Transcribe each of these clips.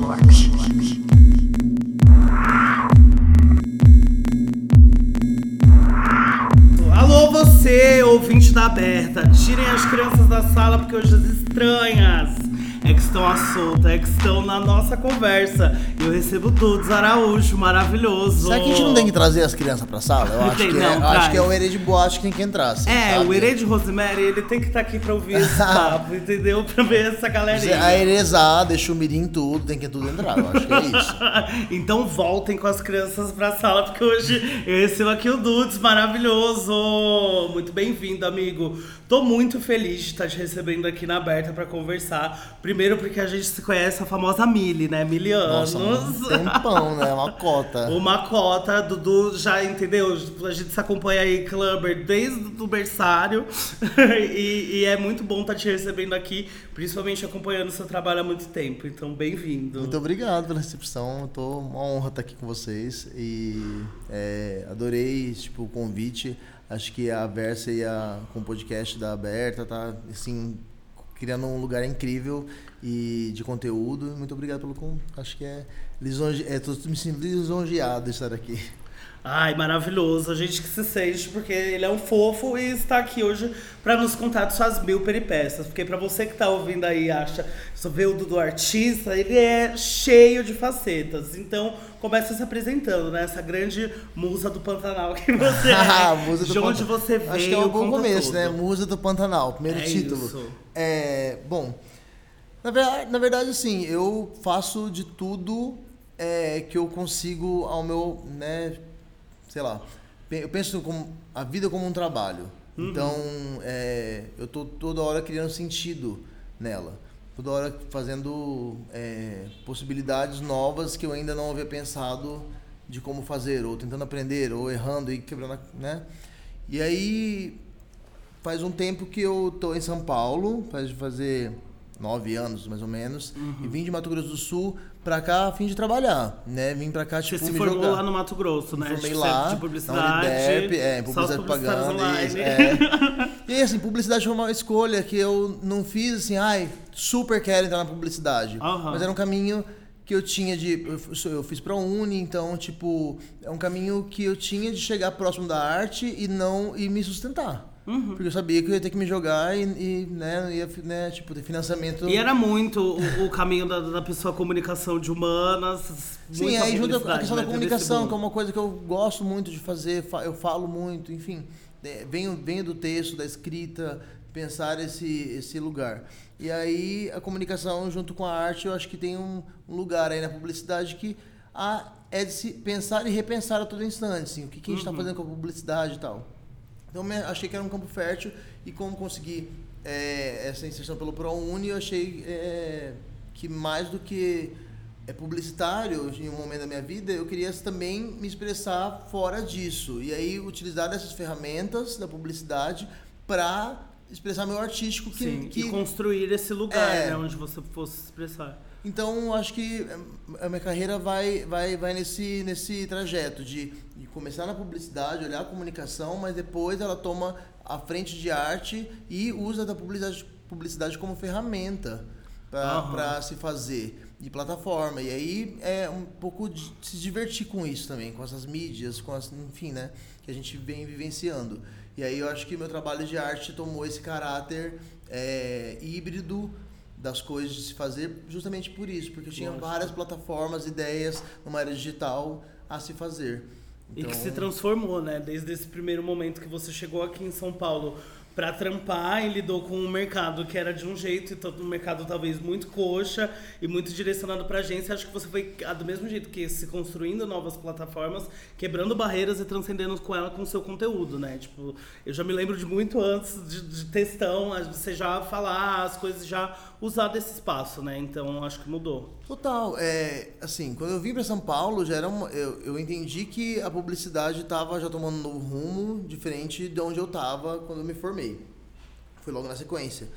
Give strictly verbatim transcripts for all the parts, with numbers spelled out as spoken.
Alô, você, ouvinte da Aberta, tirem as crianças da sala porque hoje as estranhas é que estão à solta, é que estão na nossa conversa. E eu recebo Dudes Araújo, maravilhoso. Será que a gente não tem que trazer as crianças pra sala? Eu acho, Tem, que, não, é, eu acho que é o Herê de Boate que tem que entrar. Assim, é, sabe? o Herê de Rosemary, ele tem que estar aqui pra ouvir esse papo, entendeu? Pra ver essa galerinha. A Herezada, Chumirim, tudo, tem que tudo entrar, eu acho que é isso. Então voltem com as crianças pra sala, porque hoje eu recebo aqui o Dudes, maravilhoso. Muito bem-vindo, amigo. Tô muito feliz de estar te recebendo aqui na Aberta pra conversar. Primeiro porque a gente se conhece, a famosa Mili, né? Mili anos. Nossa, um tempão, né? Uma cota. Uma cota, Dudu já entendeu? A gente se acompanha aí, Clubber, desde o berçário. e, e é muito bom estar te recebendo aqui, principalmente acompanhando o seu trabalho há muito tempo. Então, bem-vindo. Muito obrigado pela recepção. Tô uma honra estar aqui com vocês. E é, adorei tipo, o convite. Acho que a Versa e a, com o podcast da Aberta tá assim, criando um lugar incrível e de conteúdo. Muito obrigado pelo convite. Acho que é lisonje... é tô me sentindo lisonjeado de estar aqui. Ai, maravilhoso. A gente que se sente, porque ele é um fofo e está aqui hoje para nos contar de suas mil peripécias. Porque para você que tá ouvindo aí, acha, só vê o Dudu artista, ele é cheio de facetas. Então, começa se apresentando, né? Essa grande musa do Pantanal que você é. Musa do de onde Pantanal. você veio. Acho que é um bom começo, tudo. né? Musa do Pantanal, primeiro é título. Isso. É, bom, na verdade, na verdade, assim, eu faço de tudo é, que eu consigo ao meu, né, sei lá, eu penso como, a vida como um trabalho. Uhum. Então, é, eu tô toda hora criando sentido nela. Toda hora fazendo é, possibilidades novas que eu ainda não havia pensado de como fazer, ou tentando aprender, ou errando e quebrando, né? E aí, faz um tempo que eu tô em São Paulo, faz fazer nove anos, mais ou menos, uhum. e vim de Mato Grosso do Sul pra cá a fim de trabalhar, né? Vim pra cá, tipo, Você se me formou jogar. lá no Mato Grosso, né? Me formei Tipo, lá, de publicidade, na Unidep, é, publicidade propaganda. É. E assim, publicidade foi uma escolha que eu não fiz assim, ai, super quero entrar na publicidade. Uhum. Mas era um caminho que eu tinha de... Eu, eu fiz pra Uni, então, tipo, é um caminho que eu tinha de chegar próximo da arte e não e me sustentar. Uhum. Porque eu sabia que eu ia ter que me jogar e, e né, ia né, tipo, ter financiamento. E era muito o, o caminho da, da pessoa comunicação de humanas. Sim, aí junto a questão né, da comunicação, que é uma coisa que eu gosto muito de fazer, eu falo muito, enfim. Venho, venho do texto, da escrita, pensar esse, esse lugar. E aí a comunicação junto com a arte, eu acho que tem um, um lugar aí na publicidade que a, é de se pensar e repensar a todo instante, assim, o que, que a gente está uhum. fazendo com a publicidade e tal. Então, achei que era um campo fértil e como consegui é, essa inserção pelo ProUni, eu achei é, que mais do que é, publicitário em um momento da minha vida, eu queria também me expressar fora disso. E aí, utilizar essas ferramentas da publicidade para expressar meu artístico. Que, Sim, que, e construir esse lugar, é, né, onde você fosse expressar. Então, acho que a minha carreira vai, vai, vai nesse, nesse trajeto de, de começar na publicidade, olhar a comunicação, mas depois ela toma a frente de arte e usa da publicidade, publicidade como ferramenta para uhum. se fazer de plataforma. E aí é um pouco de se divertir com isso também, com essas mídias, com as, enfim, né, que a gente vem vivenciando. E aí eu acho que meu trabalho de arte tomou esse caráter é, híbrido das coisas de se fazer justamente por isso, porque eu tinha Nossa. várias plataformas, ideias numa área digital a se fazer. Então... E que se transformou, né? Desde esse primeiro momento que você chegou aqui em São Paulo para trampar e lidou com um mercado que era de um jeito, então um mercado talvez muito coxa e muito direcionado para agência. Acho que você foi do mesmo jeito que se construindo novas plataformas, quebrando barreiras e transcendendo com ela com o seu conteúdo, né? Tipo, eu já me lembro de muito antes de, de textão, você já falar as coisas, já usar desse espaço, né? Então acho que mudou. Total. É, assim, quando eu vim para São Paulo, já era uma, eu, eu entendi que a publicidade estava já tomando um novo rumo, diferente de onde eu estava quando eu me formei. Foi logo na sequência.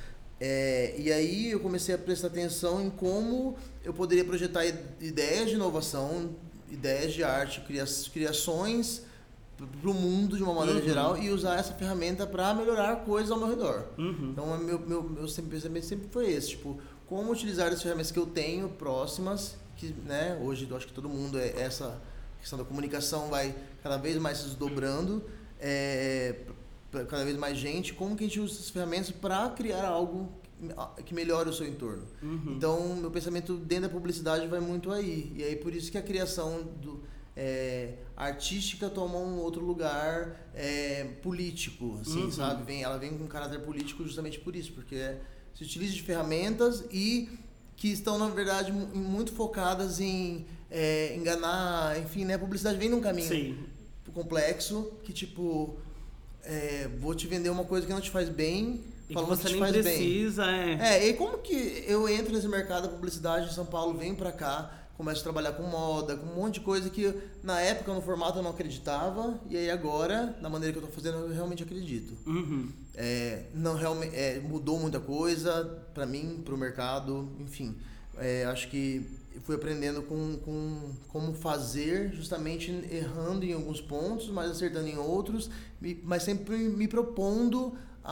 É, e aí eu comecei a prestar atenção em como eu poderia projetar ideias de inovação, ideias de arte, criações para o mundo de uma maneira uhum. geral e usar essa ferramenta para melhorar coisas ao meu redor. Uhum. Então, meu, meu, meu sempre, pensamento sempre foi esse, tipo, como utilizar as ferramentas que eu tenho próximas, que, né, hoje eu acho que todo mundo, é essa questão da comunicação vai cada vez mais se desdobrando, é, para cada vez mais gente, como que a gente usa essas ferramentas para criar algo que melhore o seu entorno. Uhum. Então, meu pensamento dentro da publicidade vai muito aí. E aí, por isso que a criação do, é, artística toma um outro lugar é, político, assim, uhum. sabe? Vem, ela vem com um caráter político justamente por isso, porque se utiliza de ferramentas e que estão, na verdade, muito focadas em é, enganar, enfim, né? A publicidade vem num caminho Sim. complexo, que tipo, é, vou te vender uma coisa que não te faz bem, e que você que nem precisa, bem. é. É, e como que eu entro nesse mercado da publicidade em São Paulo, venho pra cá, começo a trabalhar com moda, com um monte de coisa que na época, no formato, eu não acreditava, e aí agora, na maneira que eu tô fazendo, eu realmente acredito. Uhum. É, não, realmente, é, mudou muita coisa pra mim, pro mercado, enfim. É, acho que eu fui aprendendo com, com como fazer, justamente errando em alguns pontos, mas acertando em outros, mas sempre me propondo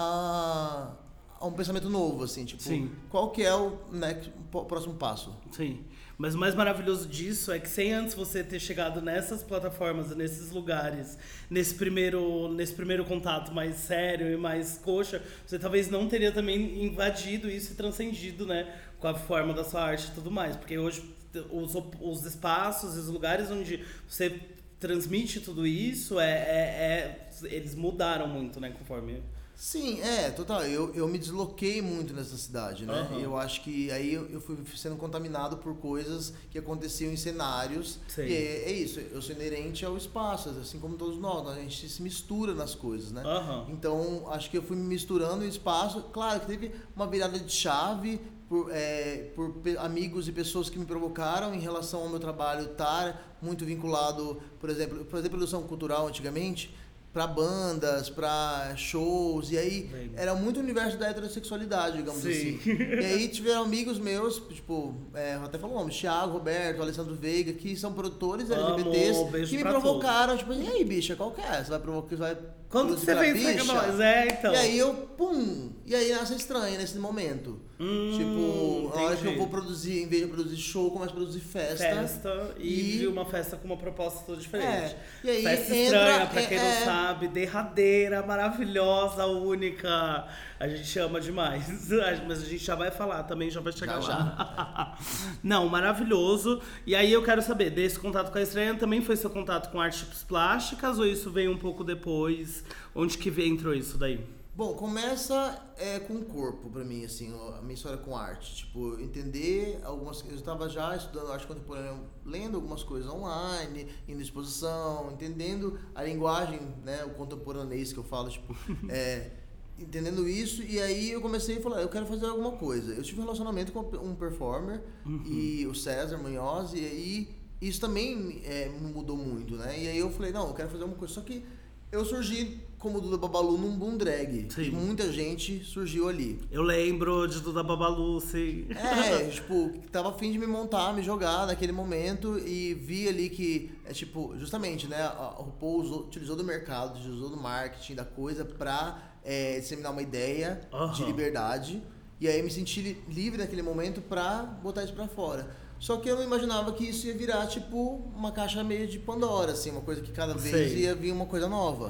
a, a um pensamento novo, assim, tipo, Sim. qual que é o, né, o próximo passo. Sim, mas o mais maravilhoso disso é que sem antes você ter chegado nessas plataformas, nesses lugares, nesse primeiro, nesse primeiro contato mais sério e mais coxa, você talvez não teria também invadido isso e transcendido, né, com a forma da sua arte e tudo mais, porque hoje os, os espaços, os lugares onde você transmite tudo isso, é, é, é, eles mudaram muito, né, conforme... Sim, é, total. Eu, eu me desloquei muito nessa cidade, né? Uhum. Eu acho que aí eu, eu fui sendo contaminado por coisas que aconteciam em cenários. Sim. E é, é isso, eu sou inerente ao espaço, assim como todos nós, a gente se mistura nas coisas, né? Uhum. Então, acho que eu fui me misturando no espaço. Claro que teve uma virada de chave por, é, por pe- amigos e pessoas que me provocaram em relação ao meu trabalho estar muito vinculado, por exemplo, por exemplo, produção cultural antigamente, para bandas, para shows, e aí Bem. era muito o universo da heterossexualidade, digamos Sim. assim. E aí tiveram amigos meus, tipo, é, até falou o nome, Thiago, Roberto, Alessandro Veiga, que são produtores L G B Ts, Amo, que me provocaram, todos. tipo, e aí, bicha, qual que é? Você vai provocar, vai Quando você vem pra nós, é, então. E aí eu, pum, e aí nasce estranha nesse momento. Hum, tipo, na hora que eu vou produzir, em vez de produzir show, eu começo a produzir festa. Festa e, e uma festa com uma proposta toda diferente. É, e aí festa entra, estranha, pra quem é, não sabe, derradeira, maravilhosa, única. A gente ama demais. Mas a gente já vai falar também, já vai chegar já, lá. Já. Não, maravilhoso. E aí eu quero saber, desse contato com a estranha, também foi seu contato com artes plásticas ou isso veio um pouco depois? Onde que entrou isso daí? Bom, começa é, com o corpo pra mim, assim, a minha história com arte. Tipo, entender algumas... Eu estava já estudando arte contemporânea, lendo algumas coisas online, indo em exposição, entendendo a linguagem, né, o contemporaneês que eu falo, tipo... é, entendendo isso, e aí eu comecei a falar, eu quero fazer alguma coisa. Eu tive um relacionamento com um performer, uhum. e o César Munhoz, e aí isso também é, me mudou muito, né? E aí eu falei, não, eu quero fazer alguma coisa. Só que eu surgi como Duda Babalu num boom drag. Sim. E muita gente surgiu ali. Eu lembro de Duda Babalu, sim. É, tipo, tava a fim de me montar, me jogar naquele momento e vi ali que, é tipo, justamente, né, a RuPaul usou, utilizou do mercado, utilizou do marketing, da coisa pra é, disseminar uma ideia uhum. de liberdade. E aí eu me senti li- livre naquele momento pra botar isso pra fora. Só que eu não imaginava que isso ia virar, tipo, uma caixa meio de Pandora, assim, uma coisa que cada vez Sei. ia vir uma coisa nova.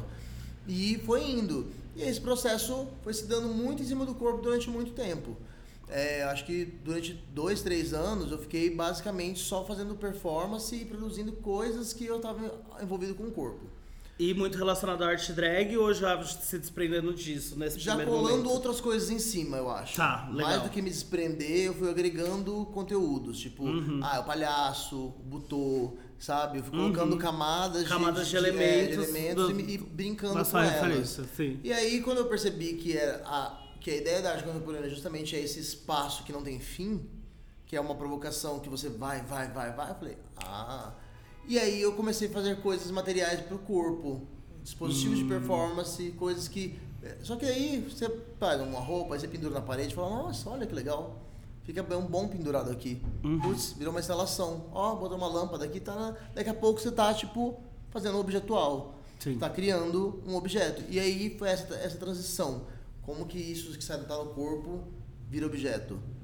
E foi indo. E esse processo foi se dando muito em cima do corpo durante muito tempo. É, acho que durante dois, três anos eu fiquei basicamente só fazendo performance e produzindo coisas que eu estava envolvido com o corpo. E muito relacionado à arte drag ou já se desprendendo disso nesse já primeiro colando momento? outras coisas em cima, eu acho. Tá, legal. Mais do que me desprender, eu fui agregando conteúdos, tipo, uhum. ah, o palhaço, o butô, sabe? Eu fui colocando uhum. camadas, camadas de, de, de elementos, é, de elementos do, e, e brincando com elas. Sim. E aí, quando eu percebi que, era a, que a ideia da arte contemporânea justamente é esse espaço que não tem fim, que é uma provocação que você vai, vai, vai, vai, eu falei, ah... E aí eu comecei a fazer coisas materiais pro corpo, dispositivos hum. de performance, coisas que... Só que aí você pega uma roupa, aí você pendura na parede e fala, nossa, olha que legal, fica bem um bom pendurado aqui. Uhum. Putz, virou uma instalação. Ó, botou uma lâmpada aqui, tá na... daqui a pouco você tá, tipo, fazendo um objetual. Sim. Tá criando um objeto. E aí foi essa, essa transição. Como que isso que sai do tal corpo vira objeto.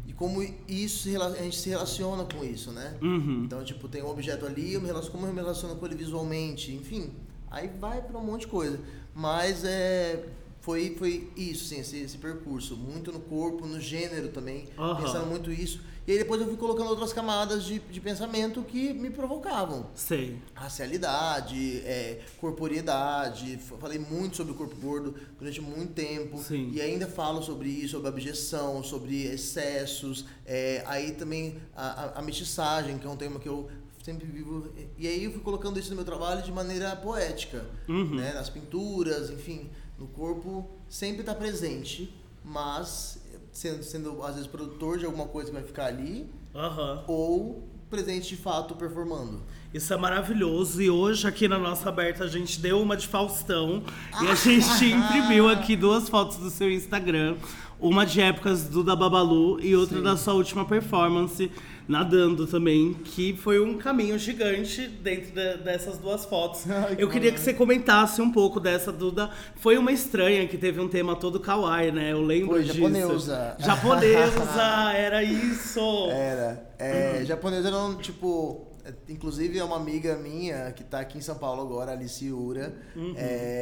e como isso a gente se relaciona com isso, né? Uhum. Então, tipo, tem um objeto ali, eu me relaciono, como eu me relaciono com ele visualmente, enfim, aí vai para um monte de coisa. Mas é, foi, foi isso, sim, esse, esse percurso, muito no corpo, no gênero também, uhum. pensando muito isso. E aí depois eu fui colocando outras camadas de, de pensamento que me provocavam. Sei. Racialidade, é, corporeidade. Falei muito sobre o corpo gordo durante muito tempo. Sim. E ainda falo sobre isso, sobre abjeção, sobre excessos. É, aí também a, a, a mestiçagem, que é um tema que eu sempre vivo. E aí eu fui colocando isso no meu trabalho de maneira poética. Uhum. Né? Nas pinturas, enfim. No corpo sempre está presente, mas... Sendo, sendo, às vezes, produtor de alguma coisa que vai ficar ali, uhum. ou presente de fato performando. Isso é maravilhoso. E hoje, aqui na nossa aberta, a gente deu uma de Faustão. E a gente imprimiu aqui duas fotos do seu Instagram. Uma de épocas do da Babalu e outra Sim. da sua última performance, nadando também, que foi um caminho gigante dentro de, dessas duas fotos. Ai, eu queria que você comentasse um pouco dessa, Duda. Foi uma estranha que teve um tema todo kawaii, né? Eu lembro foi, disso. Japonesa. Japonesa, era isso! Era. É, uhum. Japonesa era, tipo... Inclusive é uma amiga minha que está aqui em São Paulo agora, Alice Ura, uhum.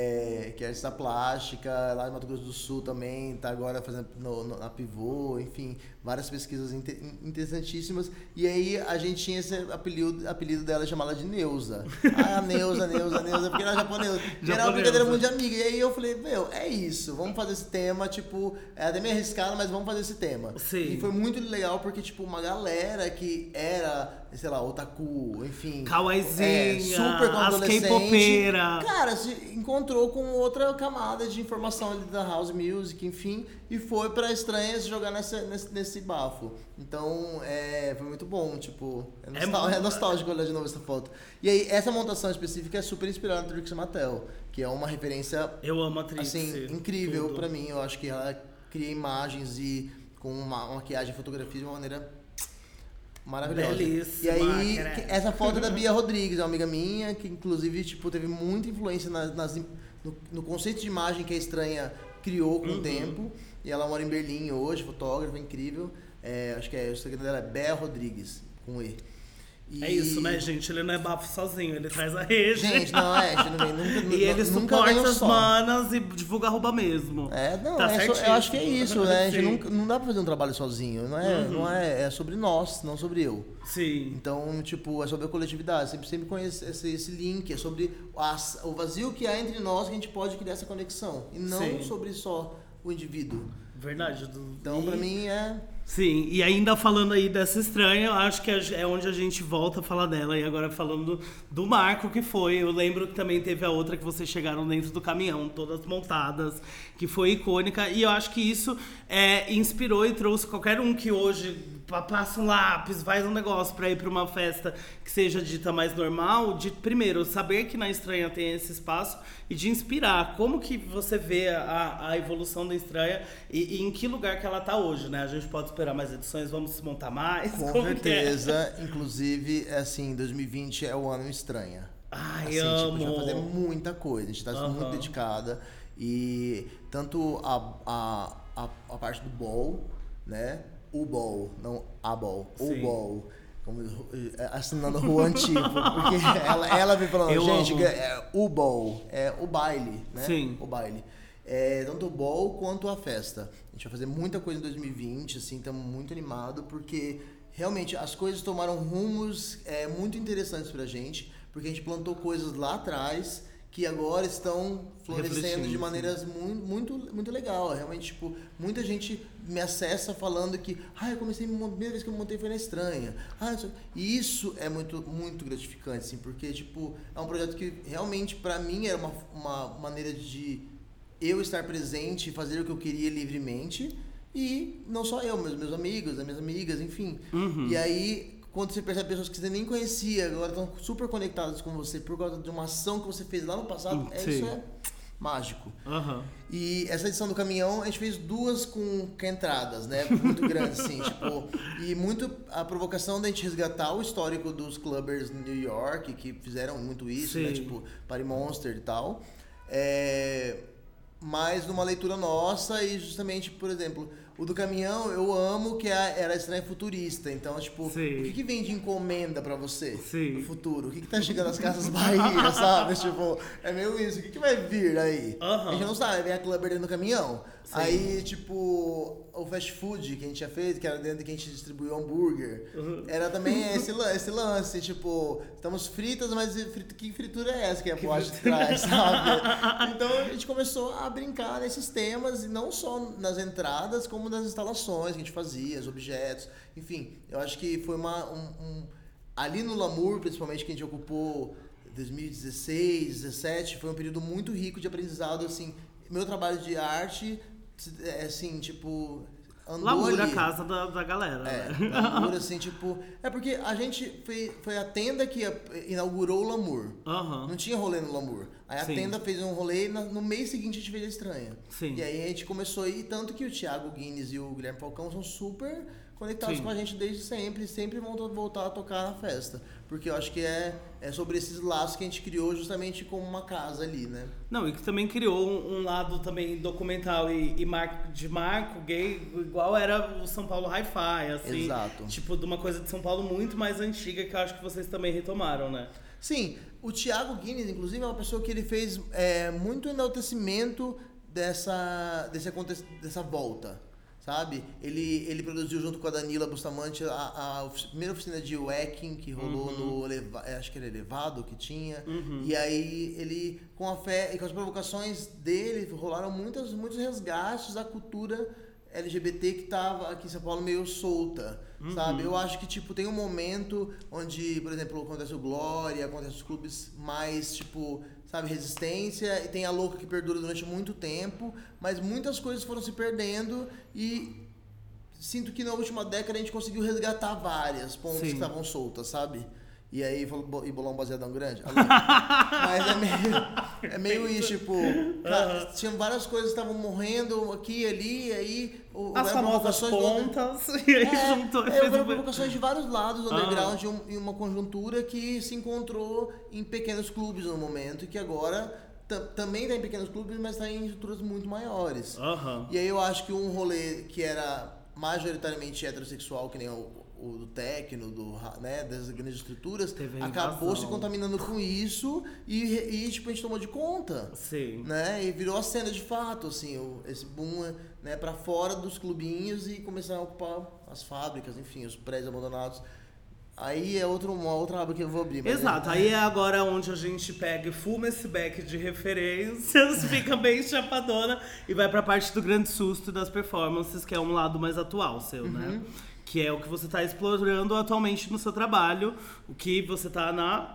é, que é artista plástica, lá em Mato Grosso do Sul também, está agora fazendo no, no, na Pivô, enfim, várias pesquisas inter, interessantíssimas. E aí a gente tinha esse apelido, apelido dela chamada de Neuza. Ah, Neuza, Neuza, Neuza, porque era japonesa. Era uma brincadeira muito de amiga. E aí eu falei, meu, é isso, vamos fazer esse tema, tipo, é até meio arriscado, mas vamos fazer esse tema. Sim. E foi muito legal porque, tipo, uma galera que era, sei lá, otaku, enfim. Kawaiizinha, é, super com as K-popeira. Cara, se encontrou com outra camada de informação ali da house music, enfim, e foi pra estranhas jogar nessa, nesse, nesse bafo. Então, é, foi muito bom, tipo, é, nostal- é, é nostálgico olhar de novo essa foto. E aí, essa montação específica é super inspirada no Trixie Mattel, que é uma referência, eu amo a Trixie, assim, incrível tudo. Pra mim. Eu acho que ela cria imagens e com uma, uma maquiagem e fotografia de uma maneira maravilhosa. Belíssima, e aí, essa foto é da Bia Rodrigues, é uma amiga minha, que inclusive, tipo, teve muita influência nas, nas, no, no conceito de imagem que a Estranha criou com uhum. o tempo. E ela mora em Berlim hoje, fotógrafa, incrível. É, acho que é, o Instagram dela é Bea Rodrigues, com E. E... É isso, né, gente? Ele não é bafo sozinho, ele traz a rede. Gente, não é, gente, não, nunca, e ele nunca suporta as manas e divulga arroba mesmo. É, não, tá é so, eu acho que é isso, né? A gente nunca, não dá pra fazer um trabalho sozinho, não é, uhum. não é, é sobre nós, não sobre eu. Sim. Então, tipo, é sobre a coletividade, sempre, sempre conhece esse, esse link, é sobre as, o vazio que há entre nós que a gente pode criar essa conexão, e não Sim. sobre só o indivíduo. Verdade. Então, e... pra mim, é... Sim, e ainda falando aí dessa estranha, eu acho que é onde a gente volta a falar dela. E agora falando do, do marco que foi, eu lembro que também teve a outra que vocês chegaram dentro do caminhão, todas montadas, que foi icônica. E eu acho que isso é, inspirou e trouxe qualquer um que hoje passa um lápis, faz um negócio pra ir pra uma festa que seja dita mais normal, de primeiro, saber que na Estranha tem esse espaço e de inspirar. Como que você vê a, a evolução da Estranha e, e em que lugar que ela tá hoje, né? A gente pode esperar mais edições, vamos se montar mais? Com Como certeza, é? Inclusive, assim, dois mil e vinte é o ano Estranha. Ai, assim, amo! Tipo, a gente vai fazer muita coisa, a gente tá uhum. muito dedicada. E tanto a, a, a, a parte do ball, né? O ball, não a ball, o ball. Como, assinando o antigo, porque ela, ela vem falando, eu gente, amo. É, o ball, é o baile, né? Sim. O baile. É, tanto o ball quanto a festa. A gente vai fazer muita coisa em dois mil e vinte, assim, estamos muito animados, porque realmente as coisas tomaram rumos é, muito interessantes pra gente, porque a gente plantou coisas lá atrás que agora estão florescendo de maneiras muito, muito, muito legal. Realmente, tipo, muita gente me acessa falando que, ah, eu comecei, a primeira vez que eu montei foi na Estranha. Ah, e isso é muito, muito gratificante, assim, porque, tipo, é um projeto que realmente, pra mim, era uma, uma maneira de eu estar presente e fazer o que eu queria livremente. E não só eu, meus, meus amigos, as minhas amigas, enfim. Uhum. E aí, quando você percebe pessoas que você nem conhecia, agora estão super conectadas com você por causa de uma ação que você fez lá no passado, é, isso é mágico. Uhum. E essa edição do caminhão, a gente fez duas com entradas, né? Muito grandes, assim, tipo... E muito a provocação da gente resgatar o histórico dos clubbers em New York, que fizeram muito isso, Sim. né? Tipo, Party Monster e tal. É... Mas numa leitura nossa e justamente, por exemplo, o do caminhão eu amo, que é- era estranho futurista. Então, tipo, Sim. o que, que vem de encomenda pra você Sim. no futuro? O que, que tá chegando nas Casas Bahia, sabe? Tipo, é meio isso. O que, que vai vir aí? Aham. A gente não sabe, vem a Clubber dentro do caminhão. Sim. Aí, tipo, o fast food que a gente tinha feito, que era dentro que a gente distribuiu hambúrguer, Uhum. era também esse, lan- esse lance, tipo, estamos fritas, mas frit- que fritura é essa que a Porsche traz, sabe? Então a gente começou a brincar nesses temas, e não só nas entradas, como nas instalações que a gente fazia, os objetos, enfim, eu acho que foi uma... Um, um- ali no Lamour, principalmente, que a gente ocupou dois mil e dezesseis, dezessete, foi um período muito rico de aprendizado, assim, meu trabalho de arte, é, assim, tipo... andou Lamour a ali. casa da, da galera, É, né? Lamour, assim, tipo... É porque a gente foi, foi a tenda que inaugurou o Lamour. Aham. Não tinha rolê no Lamour. Aí a Sim. tenda fez um rolê e na- no mês seguinte a gente fez a Estranha. Sim. E aí a gente começou a ir, tanto que o Thiago Guinness e o Guilherme Falcão são super conectados Sim. com a gente desde sempre, sempre vão to- voltar a tocar na festa. Porque eu acho que é, é sobre esses laços que a gente criou justamente como uma casa ali, né? Não, e que também criou um, um lado também documental e, e mar- de marco gay, igual era o São Paulo Hi-Fi, assim. Exato. Tipo, de uma coisa de São Paulo muito mais antiga que eu acho que vocês também retomaram, né? Sim, o Thiago Guinness, inclusive, é uma pessoa que ele fez é, muito enaltecimento dessa, desse, aconte- dessa volta, sabe? Ele, ele produziu junto com a Danila Bustamante a, a ofici- primeira oficina de wacking que rolou no Eleva- é, acho que era Elevado que tinha. E aí ele, com a fé e com as provocações dele, rolaram muitas, muitos resgates da cultura L G B T que tava aqui em São Paulo meio solta, sabe? Eu acho que, tipo, tem um momento onde, por exemplo, acontece o Glória, acontece os clubes mais, tipo, sabe, resistência, e tem a Louca que perdura durante muito tempo, mas muitas coisas foram se perdendo e sinto que na última década a gente conseguiu resgatar várias pontas Sim. que estavam soltas, sabe? E aí falou, bo- e bolar um baseadão grande? Ali. Mas é meio, é meio isso, tipo, cara, tinha várias coisas que estavam morrendo aqui e ali, e aí... O, As eram famosas provocações do- pontas, e aí é, juntou. e é, fez foram um- provocações de vários lados do Ah. underground, um- em uma conjuntura que se encontrou em pequenos clubes no momento, e que agora tam- também está em pequenos clubes, mas está em estruturas muito maiores. Aham. E aí eu acho que um rolê que era majoritariamente heterossexual, que nem o, o do techno, do, ra- né, das grandes estruturas, Teve a acabou invasão. se contaminando com isso e, e tipo, a gente tomou de conta. Sim. Né? E virou a cena de fato, assim, o, esse boom, né, para fora dos clubinhos e começaram a ocupar as fábricas, enfim, os prédios abandonados. Aí é outro, uma outra aba que eu vou abrir. mas Exato, é- aí é agora onde a gente pega e fuma esse back de referências, fica bem chapadona e vai pra parte do grande susto e das performances, que é um lado mais atual seu, né? Que é o que você tá explorando atualmente no seu trabalho, o que você tá na...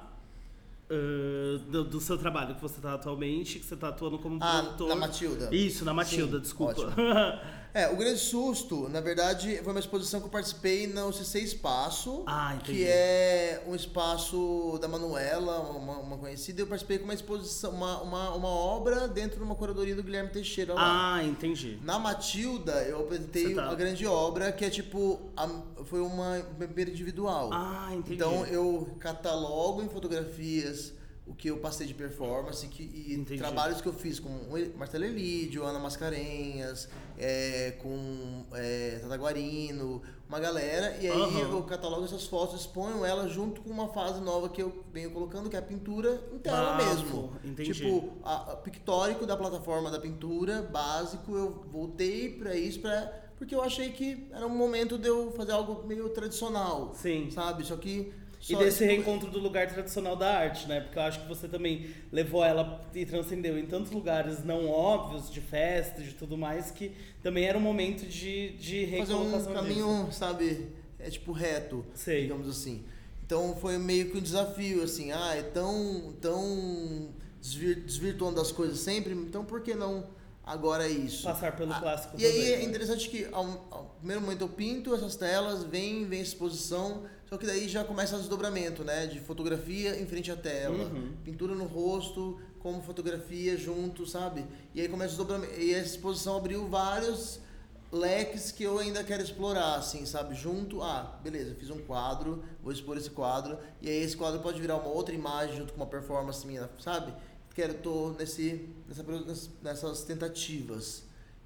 uh, do, do seu trabalho que você tá atualmente, que você tá atuando como Ah, produtor. na Matilda. Isso, na Matilda, Sim, desculpa. ótimo. É, o Grande Susto, na verdade, foi uma exposição que eu participei no C C Espaço, Ah, entendi. que é um espaço da Manuela, uma, uma conhecida. Eu participei com uma exposição, uma, uma, uma obra dentro de uma curadoria do Guilherme Teixeira lá. Ah, entendi. Na Matilda, eu apresentei Você tá- a grande obra, que é tipo, a- foi uma primeira individual. Ah, entendi. Então eu catalogo em fotografias o que eu passei de performance que, e Entendi. trabalhos que eu fiz com o Marcelo Elídio, Ana Mascarenhas, é, com é, Tata Guarino, uma galera, e aí Aham. eu catalogo essas fotos, exponho elas junto com uma fase nova que eu venho colocando, que é a pintura em tela Bafo, mesmo. entendi. Tipo, a, a pictórico da plataforma da pintura, básico, eu voltei pra isso, pra, porque eu achei que era um momento de eu fazer algo meio tradicional. Sim. Sabe? Só que... E só- desse reencontro do lugar tradicional da arte, né? Porque eu acho que você também levou ela e transcendeu em tantos lugares não óbvios, de festa, de tudo mais, que também era um momento de, de fazer um recolocação caminho, disso. sabe, é tipo reto, Sei. digamos assim. Então foi meio que um desafio, assim, ah, é tão, tão desvir, desvirtuando das coisas sempre, então por que não agora isso? Passar pelo Ah, clássico E aí também, é né? interessante que ao, ao primeiro momento eu pinto essas telas, vem, vem a exposição, só que daí já começa o desdobramento, né, de fotografia em frente à tela, Uhum. pintura no rosto, como fotografia junto, sabe? E aí começa o desdobramento, e essa exposição abriu vários leques que eu ainda quero explorar, assim, sabe? Junto, ah, beleza, fiz um quadro, vou expor esse quadro, e aí esse quadro pode virar uma outra imagem junto com uma performance minha, sabe? Quero, tô nesse, nessa, nessas tentativas.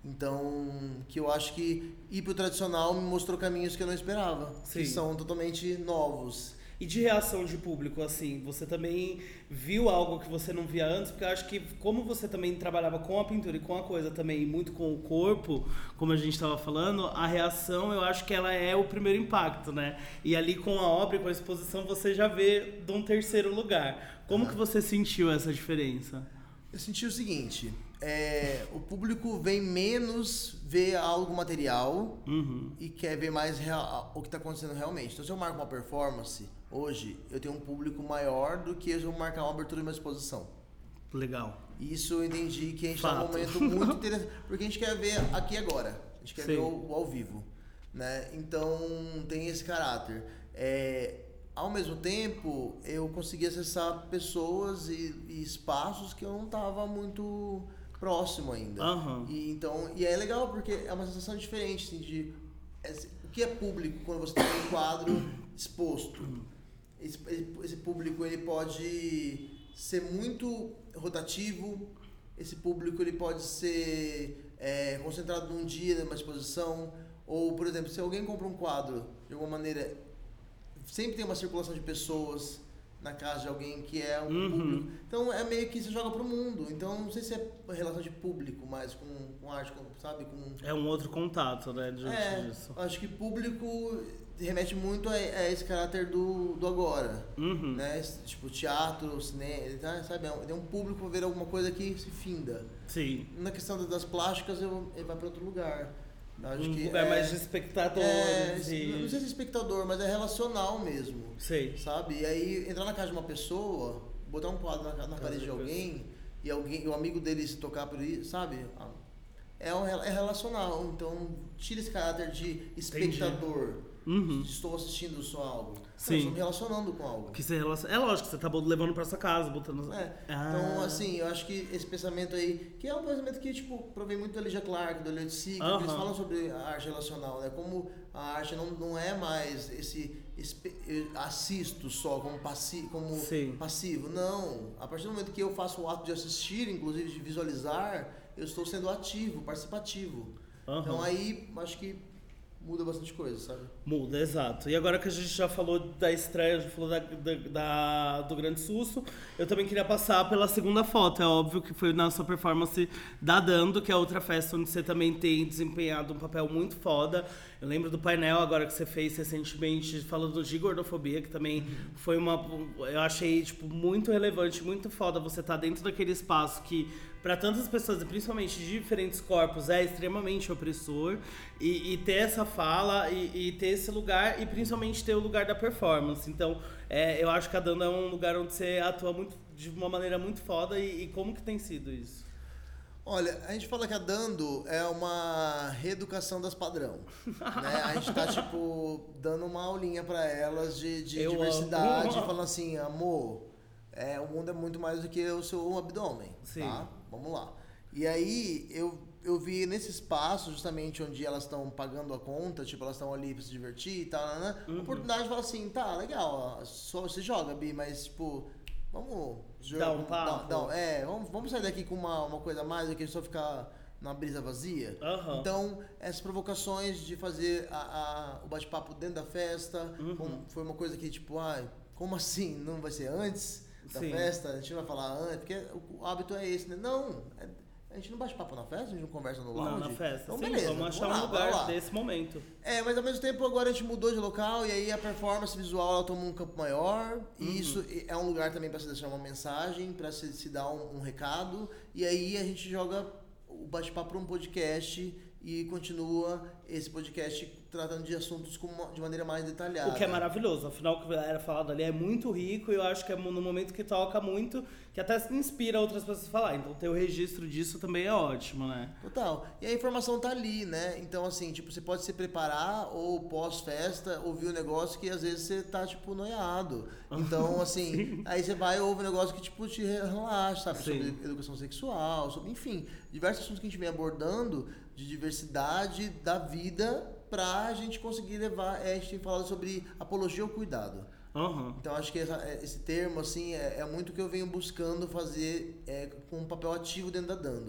Então, que eu acho que ir pro tradicional me mostrou caminhos que eu não esperava, Sim. que são totalmente novos. E de reação de público, assim, você também viu algo que você não via antes? Porque eu acho que como você também trabalhava com a pintura e com a coisa também, muito com o corpo, como a gente estava falando, a reação eu acho que ela é o primeiro impacto, né? E ali com a obra e com a exposição você já vê de um terceiro lugar. Como ah. que você sentiu essa diferença? Eu senti o seguinte, é, o público vem menos ver algo material uhum. e quer ver mais real, o que está acontecendo realmente. Então se eu marco uma performance, hoje eu tenho um público maior do que se eu marcar uma abertura de uma exposição. Legal. Isso eu entendi que a gente está num momento muito interessante, porque a gente quer ver aqui e agora, a gente quer Sim. ver o, o ao vivo, né? Então tem esse caráter. É, Ao mesmo tempo, eu consegui acessar pessoas e, e espaços que eu não estava muito próximo ainda. Uhum. E, então, e é legal porque é uma sensação diferente assim, de esse, o que é público quando você tem um quadro exposto. Esse, esse público ele pode ser muito rotativo, esse público ele pode ser é, concentrado num dia, numa exposição, ou, por exemplo, se alguém compra um quadro de alguma maneira, sempre tem uma circulação de pessoas na casa de alguém que é um uhum. público. Então é meio que você joga pro mundo. Então não sei se é relação de público, mas com, com arte, com, sabe? Com... É um outro contato, né? Diante é, disso. Acho que público remete muito a, a esse caráter do, do agora. Uhum. Né? Tipo, teatro, cinema, tá? Sabe? É um público para ver alguma coisa que se finda. Sim. Na questão das plásticas, eu, ele vai para outro lugar. Acho um que lugar é, mais de espectador. É, e... Não sei se é espectador, mas é relacional mesmo. Sei. Sabe? E aí, entrar na casa de uma pessoa, botar um quadro na, na parede de alguém, e alguém, o amigo dele se tocar por isso, sabe? É, um, é relacional. Então, tira esse caráter de espectador. Uhum. Estou assistindo só algo. Sim. Eu estou me relacionando com algo. Que você relaciona... É lógico, você tá levando pra sua casa, botando... É. Ah. Então, assim, eu acho que esse pensamento aí, que é um pensamento que, tipo, provém muito da Lígia Clark, do Elliot Sieg, uhum. que eles falam sobre a arte relacional, né? Como a arte não, não é mais esse... assisto só como, passi, como passivo. Não. A partir do momento que eu faço o ato de assistir, inclusive de visualizar, eu estou sendo ativo, participativo. Uhum. Então, aí, acho que muda bastante coisa, sabe? Muda, exato. E agora que a gente já falou da estreia, já falou da, da, da, do Grande Susto, eu também queria passar pela segunda foto. É óbvio que foi na sua performance da Dando, que é outra festa onde você também tem desempenhado um papel muito foda. Eu lembro do painel agora que você fez recentemente falando de gordofobia, que também foi uma... Eu achei, tipo, muito relevante, muito foda você estar dentro daquele espaço que, para tantas pessoas, principalmente de diferentes corpos, é extremamente opressor. E, e ter essa fala e, e ter esse lugar, e principalmente ter o lugar da performance. Então, é, eu acho que a Dando é um lugar onde você atua muito, de uma maneira muito foda. E, e como que tem sido isso? Olha, a gente fala que a Dando é uma reeducação das padrão, né? A gente tá, tipo, dando uma aulinha pra elas de, de diversidade, amo. Falando assim, amor, é, o mundo é muito mais do que o seu abdômen, Sim. tá? Vamos lá. E aí, eu, eu vi nesse espaço, justamente onde elas estão pagando a conta, tipo, elas estão ali pra se divertir e tal, né? Uhum. A oportunidade de falar assim, tá, legal, ó, só você joga, Bi, mas, tipo... Vamos dar um papo. Dá, dá, é, vamos, vamos sair daqui com uma, uma coisa a mais do que só ficar na brisa vazia. Uhum. Então, essas provocações de fazer a, a, o bate-papo dentro da festa, uhum. com, foi uma coisa que, tipo, ah, como assim? Não vai ser antes da Sim. festa? A gente não vai falar antes? Porque o, o hábito é esse, né? Não, é, a gente não bate papo na festa, a gente não conversa no lounge. Não, na festa. Então, Sim, beleza, vamos achar vamos lá, um lugar desse momento. É, mas ao mesmo tempo agora a gente mudou de local e aí a performance visual ela toma um campo maior. Uhum. E isso é um lugar também para se deixar uma mensagem, para se, se dar um, um recado. E aí a gente joga o bate-papo para um podcast e continua esse podcast tratando de assuntos com uma, de maneira mais detalhada. O que é maravilhoso, afinal o que era falado ali é muito rico e eu acho que é no momento que toca muito, que até inspira outras pessoas a falar. Então ter o registro disso também é ótimo, né? Total. E a informação tá ali, né? Então assim, tipo, você pode se preparar ou pós-festa ouvir um negócio que às vezes você tá, tipo, noiado. Então assim, aí você vai e ouve um negócio que, tipo, te relaxa, sabe? Sim. Sobre educação sexual, sobre, enfim, diversos assuntos que a gente vem abordando de diversidade da vida pra gente conseguir levar, é, a gente tem falado sobre apologia ao cuidado. Uhum. Então acho que essa, esse termo assim é, é muito o que eu venho buscando fazer é, com um papel ativo dentro da Dando.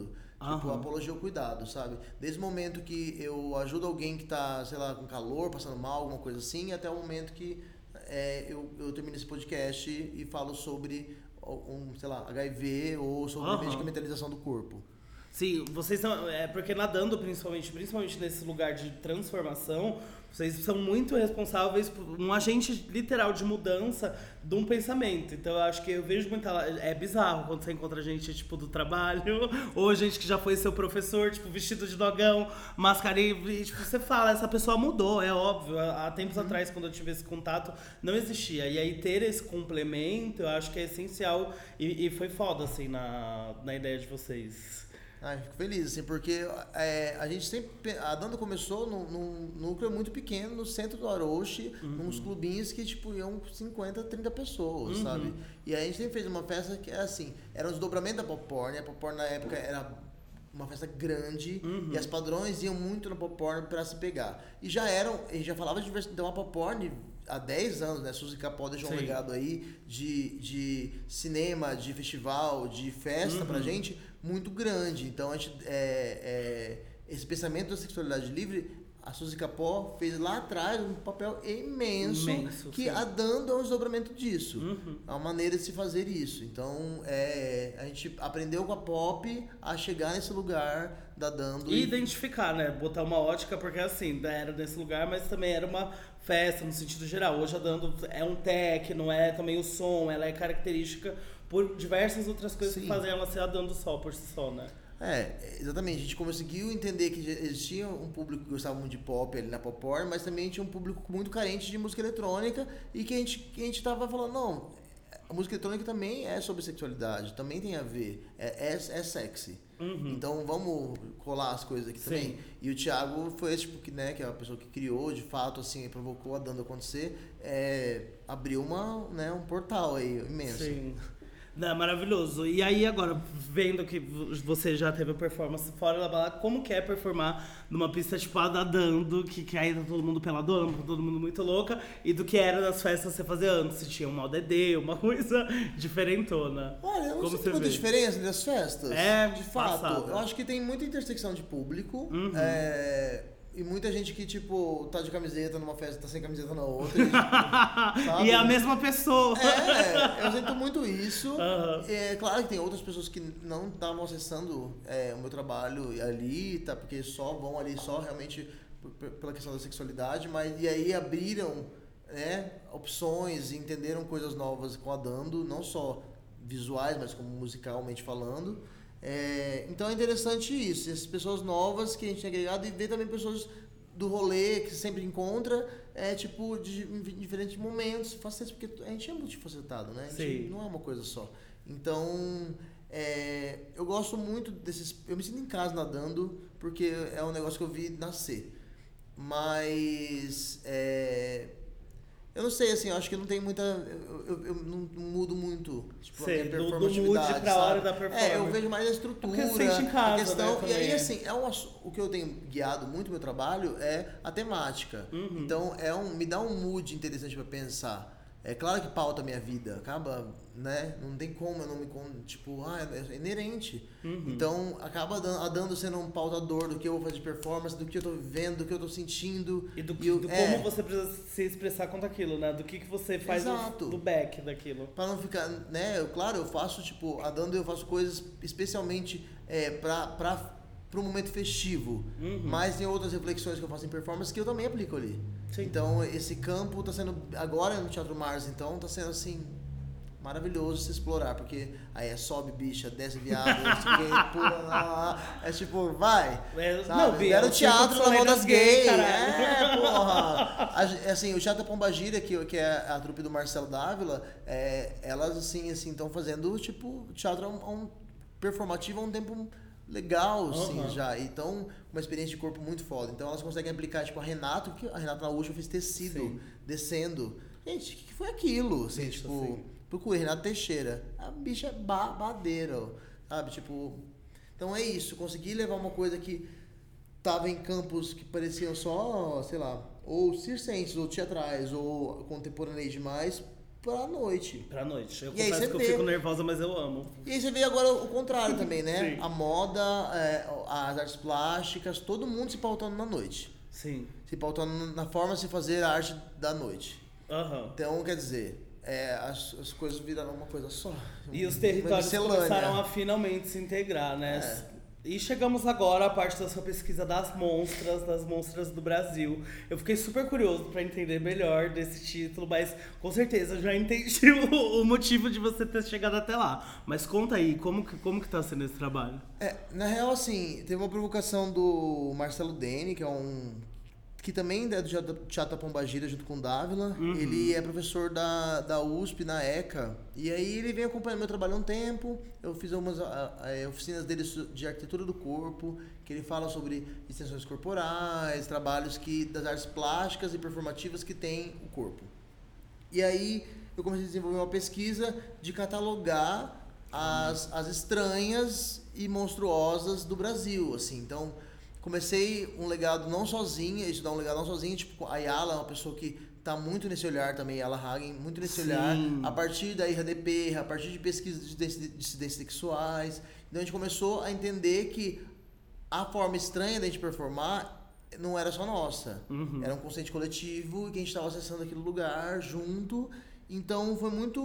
Uhum. Tipo, Aham. apologia ao cuidado, sabe? Desde o momento que eu ajudo alguém que tá, sei lá, com calor, passando mal, alguma coisa assim, até o momento que é, eu, eu termino esse podcast e falo sobre, um, sei lá, H I V ou sobre Aham. medicamentalização do corpo. Sim, vocês são. É porque nadando, principalmente, principalmente nesse lugar de transformação, vocês são muito responsáveis por um agente literal de mudança de um pensamento. Então eu acho que eu vejo muita. É bizarro quando você encontra gente tipo do trabalho, ou gente que já foi seu professor, tipo, vestido de dogão, mascarinha, e tipo, você fala, essa pessoa mudou, é óbvio. Há tempos uhum. atrás, quando eu tive esse contato, não existia. E aí ter esse complemento, eu acho que é essencial e, e foi foda, assim, na, na ideia de vocês. Ah, fico feliz, assim, porque é, a gente sempre. A Dando começou num, num núcleo muito pequeno, no centro do Aroche, uhum. uns clubinhos que, tipo, iam cinquenta, trinta pessoas, uhum. sabe? E aí a gente sempre fez uma festa que é assim, era um desdobramento da Pop Porn, e a Pop Porn na época era uma festa grande, uhum. e as padrões iam muito na Pop Porn pra se pegar. E já eram, a gente já falava de diversidade, então a Pop Porn há dez anos, né? Suzy Capó deixou um legado aí de, de cinema, de festival, de festa uhum. pra gente, muito grande. Então, a gente, é, é, esse pensamento da sexualidade livre, a Suzy Capó fez lá atrás um papel imenso, imenso que sim. a Dando é um desdobramento disso. Uhum. É uma maneira de se fazer isso. Então, é, a gente aprendeu com a Pop a chegar nesse lugar da Dando. E, e identificar, né? Botar uma ótica, porque assim, era nesse lugar, mas também era uma festa no sentido geral. Hoje a Dando é um techno, é também o som, ela é característica por diversas outras coisas sim. que fazem ela ser a Dando só, por si só, né? É, exatamente. A gente conseguiu entender que existia um público que gostava muito de pop ali na Pop Porn, mas também tinha um público muito carente de música eletrônica e que a gente, que a gente tava falando, não, a música eletrônica também é sobre sexualidade, também tem a ver, é, é, é sexy. Uhum. Então vamos colar as coisas aqui sim. também. E o Thiago foi esse tipo que, né, que é a pessoa que criou, de fato, assim, provocou a Dando acontecer, é, abriu uma, né, um portal aí imenso. Sim. Não, maravilhoso. E aí agora, vendo que você já teve a performance fora da balada, como que é performar numa pista tipo a da Dando, que, que aí tá todo mundo peladona, tá todo mundo muito louca, e do que era das festas que você fazia antes, se tinha um mal dedê, uma coisa diferentona. Olha, eu não como sei muita diferença das festas. É, de fato. passada. Eu acho que tem muita intersecção de público. Uhum. É... E muita gente que, tipo, tá de camiseta numa festa, tá sem camiseta na outra. E, tipo, sabe? E é a mesma pessoa. É, eu sinto muito isso. Uhum. É claro que tem outras pessoas que não estavam acessando é, o meu trabalho ali, tá? Porque só vão ali só realmente pela questão da sexualidade, mas e aí abriram, né, opções e entenderam coisas novas com a Dando, não só visuais, mas como musicalmente falando. É, então é interessante isso, essas pessoas novas que a gente tem agregado e ver também pessoas do rolê que sempre encontra, é, tipo, de, em diferentes momentos, facetas, porque a gente é multifacetado, né? A gente Sim. não é uma coisa só. Então, é, eu gosto muito desses... Eu me sinto em casa nadando, porque é um negócio que eu vi nascer. Mas... É, eu não sei, assim, eu acho que não tem muita... Eu, eu, eu não, não mudo muito, tipo, sei, a minha do, performatividade, do mood pra sabe? hora da performance. É, eu vejo mais a estrutura, porque você sente em casa, a questão... né, e aí, assim, é um, o que eu tenho guiado muito no meu trabalho é a temática. Uhum. Então, é um, me dá um mood interessante pra pensar. É claro que pauta a minha vida, acaba, né? Não tem como eu não me... Tipo, ah, é inerente. Uhum. Então, acaba dando, a Dando sendo um pautador do que eu vou fazer de performance, do que eu tô vivendo, do que eu tô sentindo. E do, e eu, do é, como você precisa se expressar contra aquilo, né? Do que, que você faz do, do back daquilo. Pra não ficar, né? Eu, claro, eu faço, tipo, a Dando eu faço coisas especialmente é, pra... pra para um momento festivo, uhum. mas tem outras reflexões que eu faço em performance que eu também aplico ali. Sim. Então esse campo está sendo, agora no Teatro Mars, então está sendo assim, maravilhoso se explorar, porque aí é sobe bicha, desce viado, pula lá, é tipo, vai, é, sabe? Não, Bia, era o teatro na mão das gays, gay, é, porra. Assim, o Teatro Pombagira, que, que é a trupe do Marcelo Dávila, é, elas assim, assim, estão fazendo, tipo, teatro um, um, performativo há um tempo legal, assim, uhum. já. Então, uma experiência de corpo muito foda. Então, elas conseguem aplicar, tipo, a Renato, que a Renata na última fez tecido, sim. descendo. Gente, o que, que foi aquilo? Assim, Isso, tipo, assim. Procure, Renato Teixeira. A bicha é babadeira, sabe? Tipo, então é isso. Consegui levar uma coisa que tava em campos que pareciam só, sei lá, ou circenses, ou teatrais, ou contemporâneos demais, pra noite. Pra noite. Eu E aí confesso você que eu vê- fico nervosa, mas eu amo. E aí você vê agora o contrário também, né? Sim. A moda, é, as artes plásticas, todo mundo se pautando na noite. Sim. Se pautando na forma de se fazer a arte da noite. Aham. Então, quer dizer, é, as, as coisas viraram uma coisa só. E os Uma territórios miscelânea. começaram a finalmente se integrar, né? É. E chegamos agora à parte da sua pesquisa das monstras, das monstras do Brasil. Eu fiquei super curioso para entender melhor desse título, mas com certeza já entendi o, o motivo de você ter chegado até lá. Mas conta aí, como que, como que tá sendo esse trabalho? É, na real, assim, teve uma provocação do Marcelo Deni, que é um... que também é do Teatro Pombagira, junto com o Dávila. Uhum. Ele é professor da, da U S P, na ECA. E aí ele vem acompanhando meu trabalho há um tempo. Eu fiz algumas a, a, oficinas dele de arquitetura do corpo, que ele fala sobre extensões corporais, trabalhos que, das artes plásticas e performativas que tem o corpo. E aí eu comecei a desenvolver uma pesquisa de catalogar as, as estranhas e monstruosas do Brasil, assim. Então, comecei um legado não sozinha, estudar um legado não sozinha, tipo, a Ayala é uma pessoa que tá muito nesse olhar também, Ayala Hagen, muito nesse Sim. olhar, a partir da I R A D P, a partir de pesquisas de dissidências sexuais. Então a gente começou a entender que a forma estranha da gente performar não era só nossa, Uhum. era um consciente coletivo e que a gente estava acessando aquele lugar junto. Então foi muito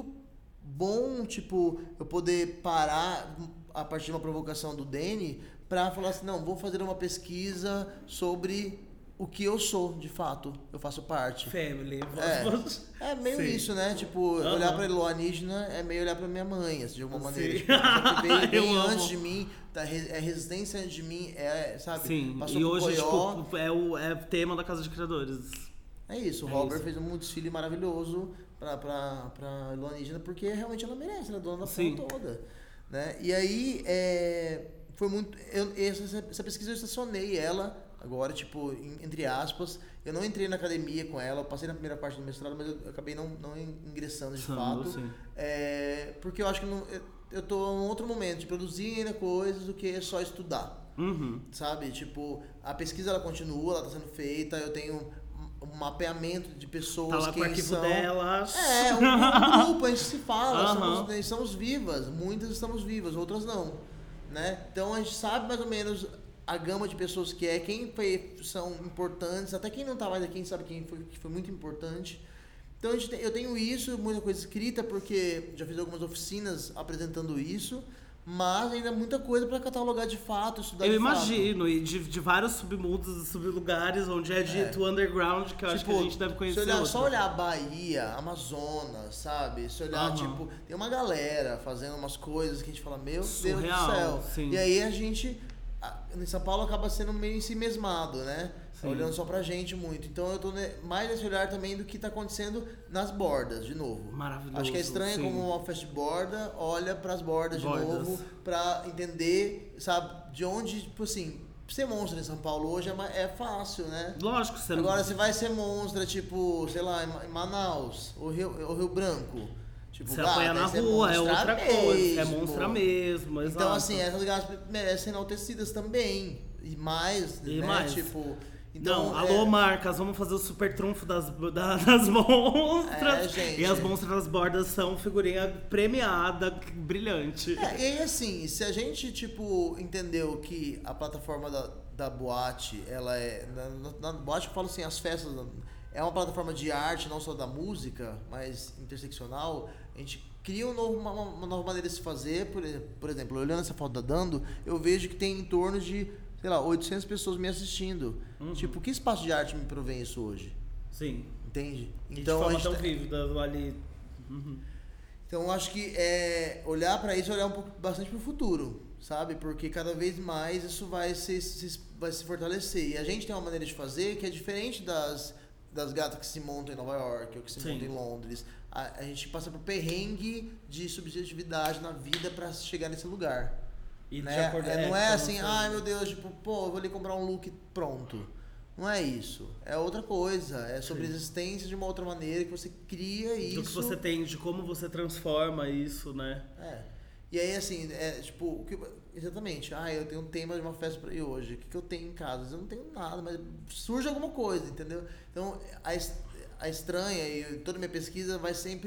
bom, tipo, eu poder parar a partir de uma provocação do Deni para falar assim, não, vou fazer uma pesquisa sobre o que eu sou, de fato, eu faço parte. Family. É, é meio Sim. isso, né? Tipo, Uhum. olhar pra Eloá Nígena é meio olhar pra minha mãe, assim, de alguma maneira. Sim. Tipo, uma pessoa que veio Eu bem amo. antes de mim, tá, re- é resistência antes de mim, é, sabe? Sim, Passou e por hoje, Goió. tipo, é o é tema da Casa de Criadores. É isso, o É Robert isso. fez um desfile maravilhoso pra, pra, pra Eloá Nígena, porque realmente ela merece, ela é dona da Sim. porra toda. Né? E aí, é, foi muito... Eu, essa, essa pesquisa eu estacionei ela, agora, tipo, em- entre aspas. Eu não entrei na academia com ela, eu passei na primeira parte do mestrado, mas eu acabei não, não ingressando de Sando, fato. sim. É, porque eu acho que não, eu, eu tô em outro momento de produzir ainda coisas do que só estudar. Uhum. Sabe? Tipo, a pesquisa ela continua, ela está sendo feita, eu tenho um, um mapeamento de pessoas Tá lá com o quem arquivo são. dela. É, um, um grupo, a gente se fala, Aham. somos, né, estamos vivas, muitas estamos vivas, outras não. Né? Então a gente sabe mais ou menos a gama de pessoas que é, quem foi, são importantes, até quem não tá mais aqui, a gente sabe quem foi, que foi muito importante. Então a gente tem, eu tenho isso, muita coisa escrita, porque já fiz algumas oficinas apresentando isso, mas ainda muita coisa para catalogar de fato, estudar Eu de fato. imagino, e de, de vários submundos e sublugares onde é dito underground, que eu acho que a gente deve conhecer. Se olhar, outro. só olhar a Bahia, Amazonas, sabe? Se olhar, Aham. tipo, tem uma galera fazendo umas coisas que a gente fala, meu Surreal, Deus do céu. sim. E aí a gente, a- em São Paulo, acaba sendo meio em si mesmado, né? Sim. Olhando só pra gente muito. Então eu tô ne- mais nesse olhar também do que tá acontecendo nas bordas, de novo. Maravilhoso, Acho que é estranho sim. como uma festa de borda olha pras bordas, Bordas. de novo, pra entender, sabe, de onde, tipo assim, ser monstro em São Paulo hoje é, ma- é fácil, né? Lógico, você Agora você vai ser monstra, tipo, sei lá, em Ma- em Manaus, ou Rio, ou Rio Branco. Tipo, Você gata, apanha na aí você rua, é monstra outra coisa. É mesmo. monstra mesmo, exato. Então, assim, essas gatas merecem ser enaltecidas também. E mais, E né? mais. Tipo. Então, Não, alô, é, marcas, vamos fazer o super trunfo das, da- das monstras. É, gente. E as monstras das bordas são figurinha premiada, brilhante. É, e aí, assim, se a gente, tipo, entendeu que a plataforma da, da boate, ela é... Na, na, na boate eu falo assim, as festas... É uma plataforma de arte, não só da música, mas interseccional. A gente cria um novo, uma, uma nova maneira de se fazer. Por, por exemplo, olhando essa foto da Dando, eu vejo que tem em torno de, sei lá, oitocentas pessoas me assistindo. Uhum. Tipo, que espaço de arte me provém isso hoje? Sim. Entende? E Então, de a forma gente tão tá- vívida ali. Uhum. Então eu acho que é, olhar para isso, olhar um pouco bastante para o futuro, sabe? Porque cada vez mais isso vai se, se- vai se fortalecer. E a gente tem uma maneira de fazer que é diferente das, das gatas que se montam em Nova York ou que se Sim. montam em Londres. A, a gente passa por perrengue de subjetividade na vida para chegar nesse lugar. E de Né? acordo- É, não é, é pra assim, você- ai meu Deus, tipo, pô, eu vou ali comprar um look pronto. Não é isso. É outra coisa. É sobre a Sim. existência de uma outra maneira que você cria isso. Do que você tem, de como você transforma isso, né? É. E aí, assim, é tipo, o que- exatamente. Ah, eu tenho um tema de uma festa pra ir hoje. O que, que eu tenho em casa? Eu não tenho nada, mas surge alguma coisa, entendeu? Então, a, es- a estranha e toda a minha pesquisa vai sempre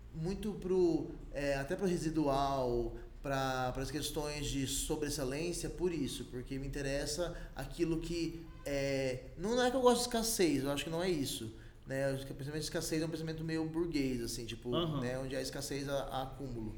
muito pro, é, até para residual, para as questões de sobreexcelência, por isso, porque me interessa aquilo que é, não é que eu gosto de escassez, eu acho que não é isso, né? O pensamento de escassez é um pensamento meio burguês, assim, tipo, uhum. né? Onde há escassez há, há acúmulo.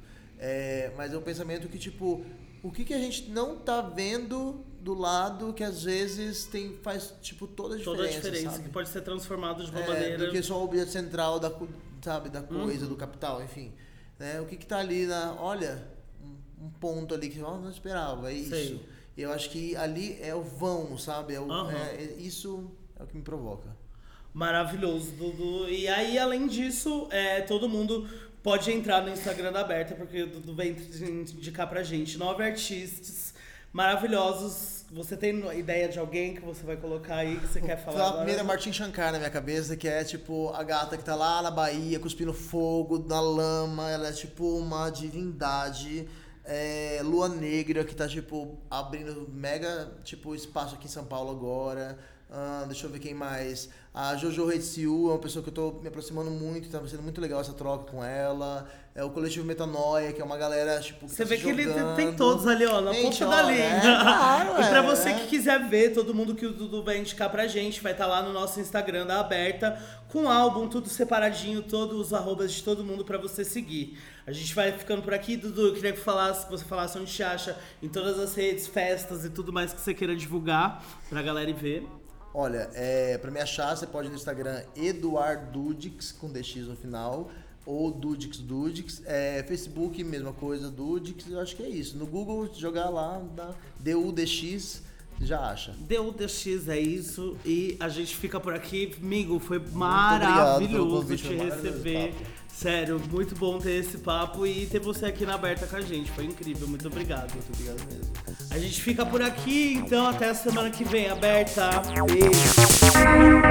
É, mas é um pensamento que, tipo, o que, que a gente não tá vendo do lado que às vezes tem, faz, tipo, toda a diferença, Toda a diferença, sabe? que pode ser transformado de uma é, maneira... Do que só o objeto central da, sabe, da coisa, uhum. do capital, enfim. Né? O que que tá ali na... Olha, um, um ponto ali que eu não esperava, é isso. Sei. E eu acho que ali é o vão, sabe? É o, uhum. é, é, isso é o que me provoca. Maravilhoso, Dudu. E aí, além disso, é, todo mundo... Pode entrar no Instagram da Aberta, porque o Dudu vem indicar pra gente nove artistas maravilhosos. Você tem ideia de alguém que você vai colocar aí, que você quer falar agora? Primeiro é Martin Shankar na minha cabeça, que é tipo a gata que tá lá na Bahia, cuspindo fogo, na lama. Ela é tipo uma divindade. É, Lua Negra, que tá tipo abrindo mega tipo espaço aqui em São Paulo agora. Ah, deixa eu ver quem mais. A Jojo Retsu é uma pessoa que eu tô me aproximando muito, tá sendo muito legal essa troca com ela. É o Coletivo Metanoia, que é uma galera, tipo, que Você tá vê se que jogando. ele tem todos ali, ó, na gente, ponta ó, da língua. É, claro, e pra é, você é. que quiser ver todo mundo que o Dudu vai indicar pra gente, vai estar tá lá no nosso Instagram da Aberta, com o álbum, tudo separadinho, todos os arrobas de todo mundo pra você seguir. A gente vai ficando por aqui, Dudu. Eu queria que, falasse, que você falasse onde te acha em todas as redes, festas e tudo mais que você queira divulgar pra galera ir ver. Olha, é, pra me achar, você pode ir no Instagram EduarDudix, com D X no final, ou Dudix Dudix. É, Facebook, mesma coisa, Dudix, eu acho que é isso. No Google, jogar lá, dá D U D X, já acha. D U D X é isso, e a gente fica por aqui. Amigo, foi maravilhoso te receber. Sério, muito bom ter esse papo e ter você aqui na Aberta com a gente. Foi incrível, muito obrigado. Muito obrigado mesmo. A gente fica por aqui, então até a semana que vem, Aberta. Beijo.